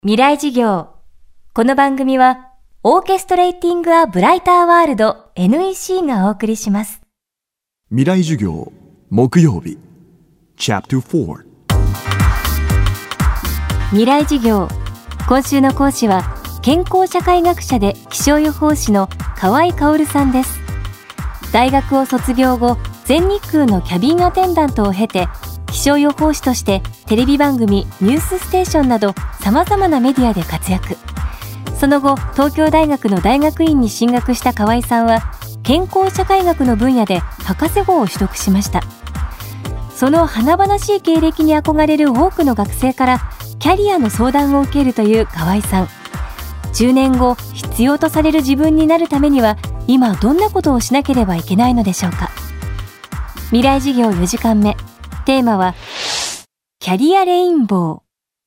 未来事業。この番組はオーケストレーティングアブライターワールド NEC がお送りします。 未来事業木曜日チャプター4 未来事業。今週の講師は健康社会学者で気象予報士の河合薫さんです。大学を卒業後、全日空のキャビンアテンダントを経て気象予報士としてテレビ番組ニュースステーションなど様々なメディアで活躍。その後、東京大学の大学院に進学した河合さんは健康社会学の分野で博士号を取得しました。その華々しい経歴に憧れる多くの学生からキャリアの相談を受けるという河合さん。10年後必要とされる自分になるためには今どんなことをしなければいけないのでしょうか。未来事業4時間目、テーマはキャリアレインボ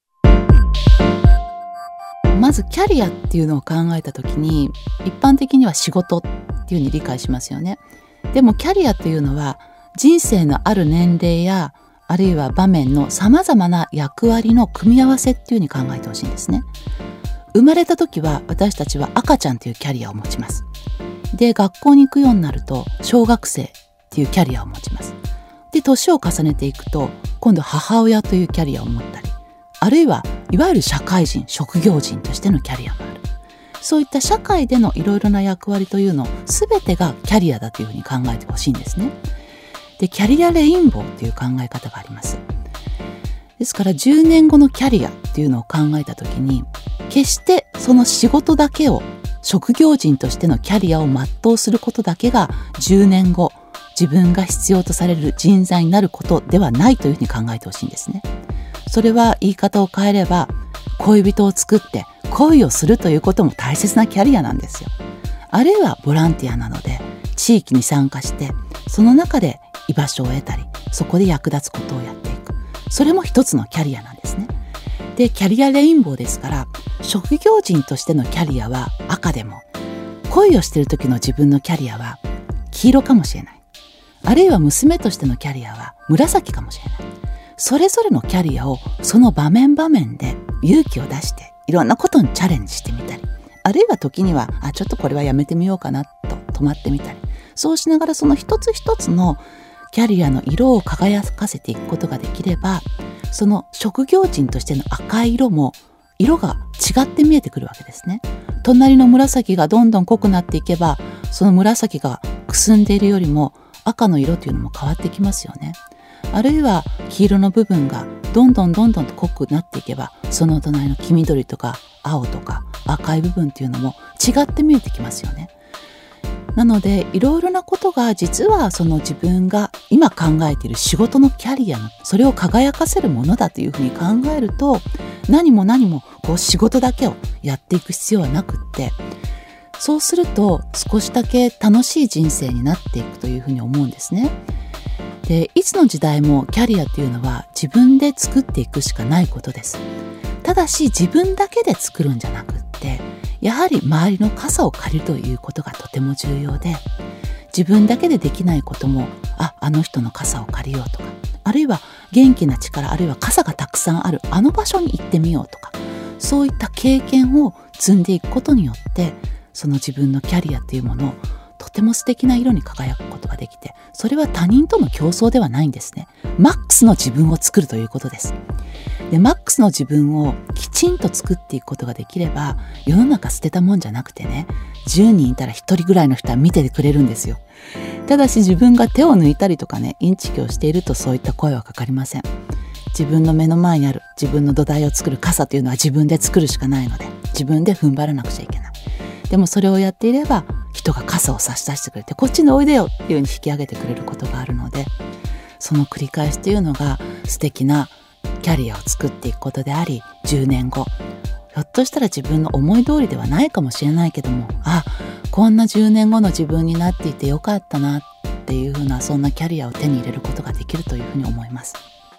ー。まずキャリアっていうのを考えたときに、一般的には仕事っていうふうに理解しますよね。でもキャリアというのは人生のある年齢やあるいは場面のさまざまな役割の組み合わせっていうふうに考えてほしいんですね。生まれた時は私たちは赤ちゃんというキャリアを持ちます。で、学校に行くようになると小学生っていうキャリアを持ちます。で、年を重ねていくと今度母親というキャリアを持ったり、あるいはいわゆる社会人、職業人としてのキャリアもある。そういった社会でのいろいろな役割というの全てがキャリアだというふうに考えてほしいんですね。で、キャリアレインボーという考え方があります。ですから10年後のキャリアっていうのを考えたときに、決してその仕事だけを、職業人としてのキャリアを全うすることだけが10年後自分が必要とされる人材になることではないというふうに考えてほしいんですね。それは言い方を変えれば、恋人を作って恋をするということも大切なキャリアなんですよ。あるいはボランティアなので地域に参加して、その中で居場所を得たり、そこで役立つことをやっていく。それも一つのキャリアなんですね。で、キャリアレインボーですから、職業人としてのキャリアは赤でも、恋をしている時の自分のキャリアは黄色かもしれない。あるいは娘としてのキャリアは紫かもしれない。それぞれのキャリアをその場面場面で勇気を出していろんなことにチャレンジしてみたり、あるいは時にはちょっとこれはやめてみようかなと止まってみたり、そうしながらその一つ一つのキャリアの色を輝かせていくことができれば、その職業人としての赤い色も色が違って見えてくるわけですね。隣の紫がどんどん濃くなっていけば、その紫がくすんでいるよりも赤の色というのも変わってきますよね。あるいは黄色の部分がどんどんと濃くなっていけば、その隣の黄緑とか青とか赤い部分というのも違って見えてきますよね。なので、いろいろなことが実はその自分が今考えている仕事のキャリアのそれを輝かせるものだというふうに考えると、何も仕事だけをやっていく必要はなくって、そうすると少しだけ楽しい人生になっていくというふうに思うんですね。で、いつの時代もキャリアというのは自分で作っていくしかないことです。ただし自分だけで作るんじゃなくって、やはり周りの傘を借りるということがとても重要で、自分だけでできないことも、あの人の傘を借りようとか、あるいは元気な力、あるいは傘がたくさんあるあの場所に行ってみようとか、そういった経験を積んでいくことによって、その自分のキャリアというものをとても素敵な色に輝くことができて、それは他人との競争ではないんですね。マックスの自分を作るということです。で、マックスの自分をきちんと作っていくことができれば、世の中捨てたもんじゃなくてね、10人いたら1人ぐらいの人は見ててくれるんですよ。ただし自分が手を抜いたりとかね、インチキをしているとそういった声はかかりません。自分の目の前にある自分の土台を作る傘というのは自分で作るしかないので、自分で踏ん張らなくちゃいけない。でもそれをやっていれば、人が傘を差し出してくれて、こっちにおいでよっていうように引き上げてくれることがあるので、その繰り返しというのが素敵なキャリアを作っていくことであり、10年後ひょっとしたら自分の思い通りではないかもしれないけども、こんな10年後の自分になっていてよかったなっていうふうな、そんなキャリアを手に入れることができるというふうに思います。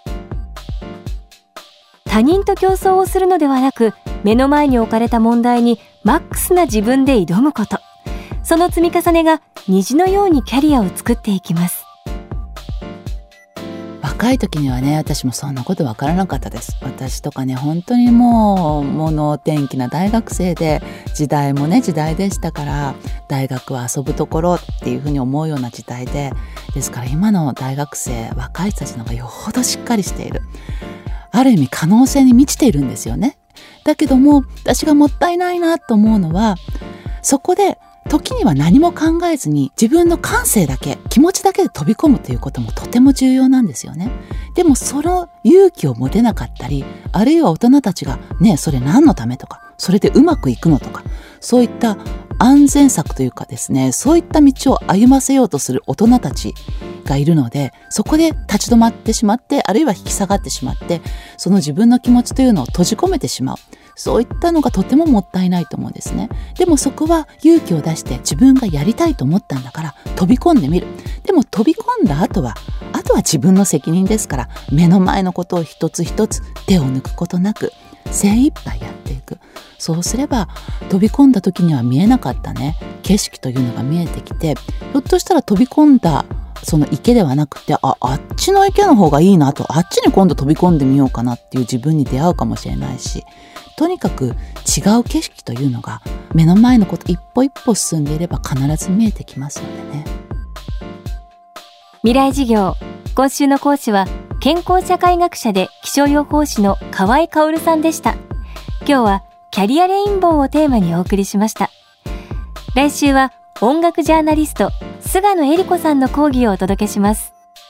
他人と競争をするのではなく、目の前に置かれた問題にマックスな自分で挑むこと、その積み重ねが虹のようにキャリアを作っていきます。 わ若い時にはね、私もそんなことわからなかったです。私とかね、本当にもう物天気な大学生で、時代もね時代でしたから、大学は遊ぶところっていうふうに思うような時代ですから、今の大学生、若い人たちの方がよほどしっかりしている、ある意味可能性に満ちているんですよね。だけども私がもったいないなと思うのは、そこで時には何も考えずに自分の感性だけ、気持ちだけで飛び込むということもとても重要なんですよね。でもその勇気を持てなかったり、あるいは大人たちがね、それ何のためとか、それでうまくいくのとか、そういった安全策というかですね、そういった道を歩ませようとする大人たちがいるので、そこで立ち止まってしまって、あるいは引き下がってしまって、その自分の気持ちというのを閉じ込めてしまう、そういったのがとてももったいないと思うんですね。でもそこは勇気を出して自分がやりたいと思ったんだから飛び込んでみる。でも飛び込んだ後は自分の責任ですから、目の前のことを一つ一つ手を抜くことなく精一杯やっていく。そうすれば飛び込んだ時には見えなかったね、景色というのが見えてきて、ひょっとしたら飛び込んだその池ではなくて、あっちの池の方がいいなと、あっちに今度飛び込んでみようかなっていう自分に出会うかもしれないし、とにかく違う景色というのが目の前のこと一歩一歩進んでいれば必ず見えてきますのでね。 未来授業、今週の講師は健康社会学者で気象予報士の河合薫さんでした。今日はキャリアレインボーをテーマにお送りしました。来週は音楽ジャーナリスト菅野恵理子さんの講義をお届けします。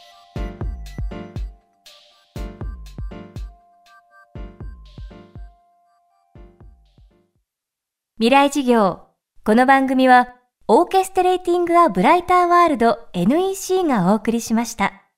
未来授業。この番組はオーケストレーティング・ア・ブライター・ワールド NEC がお送りしました。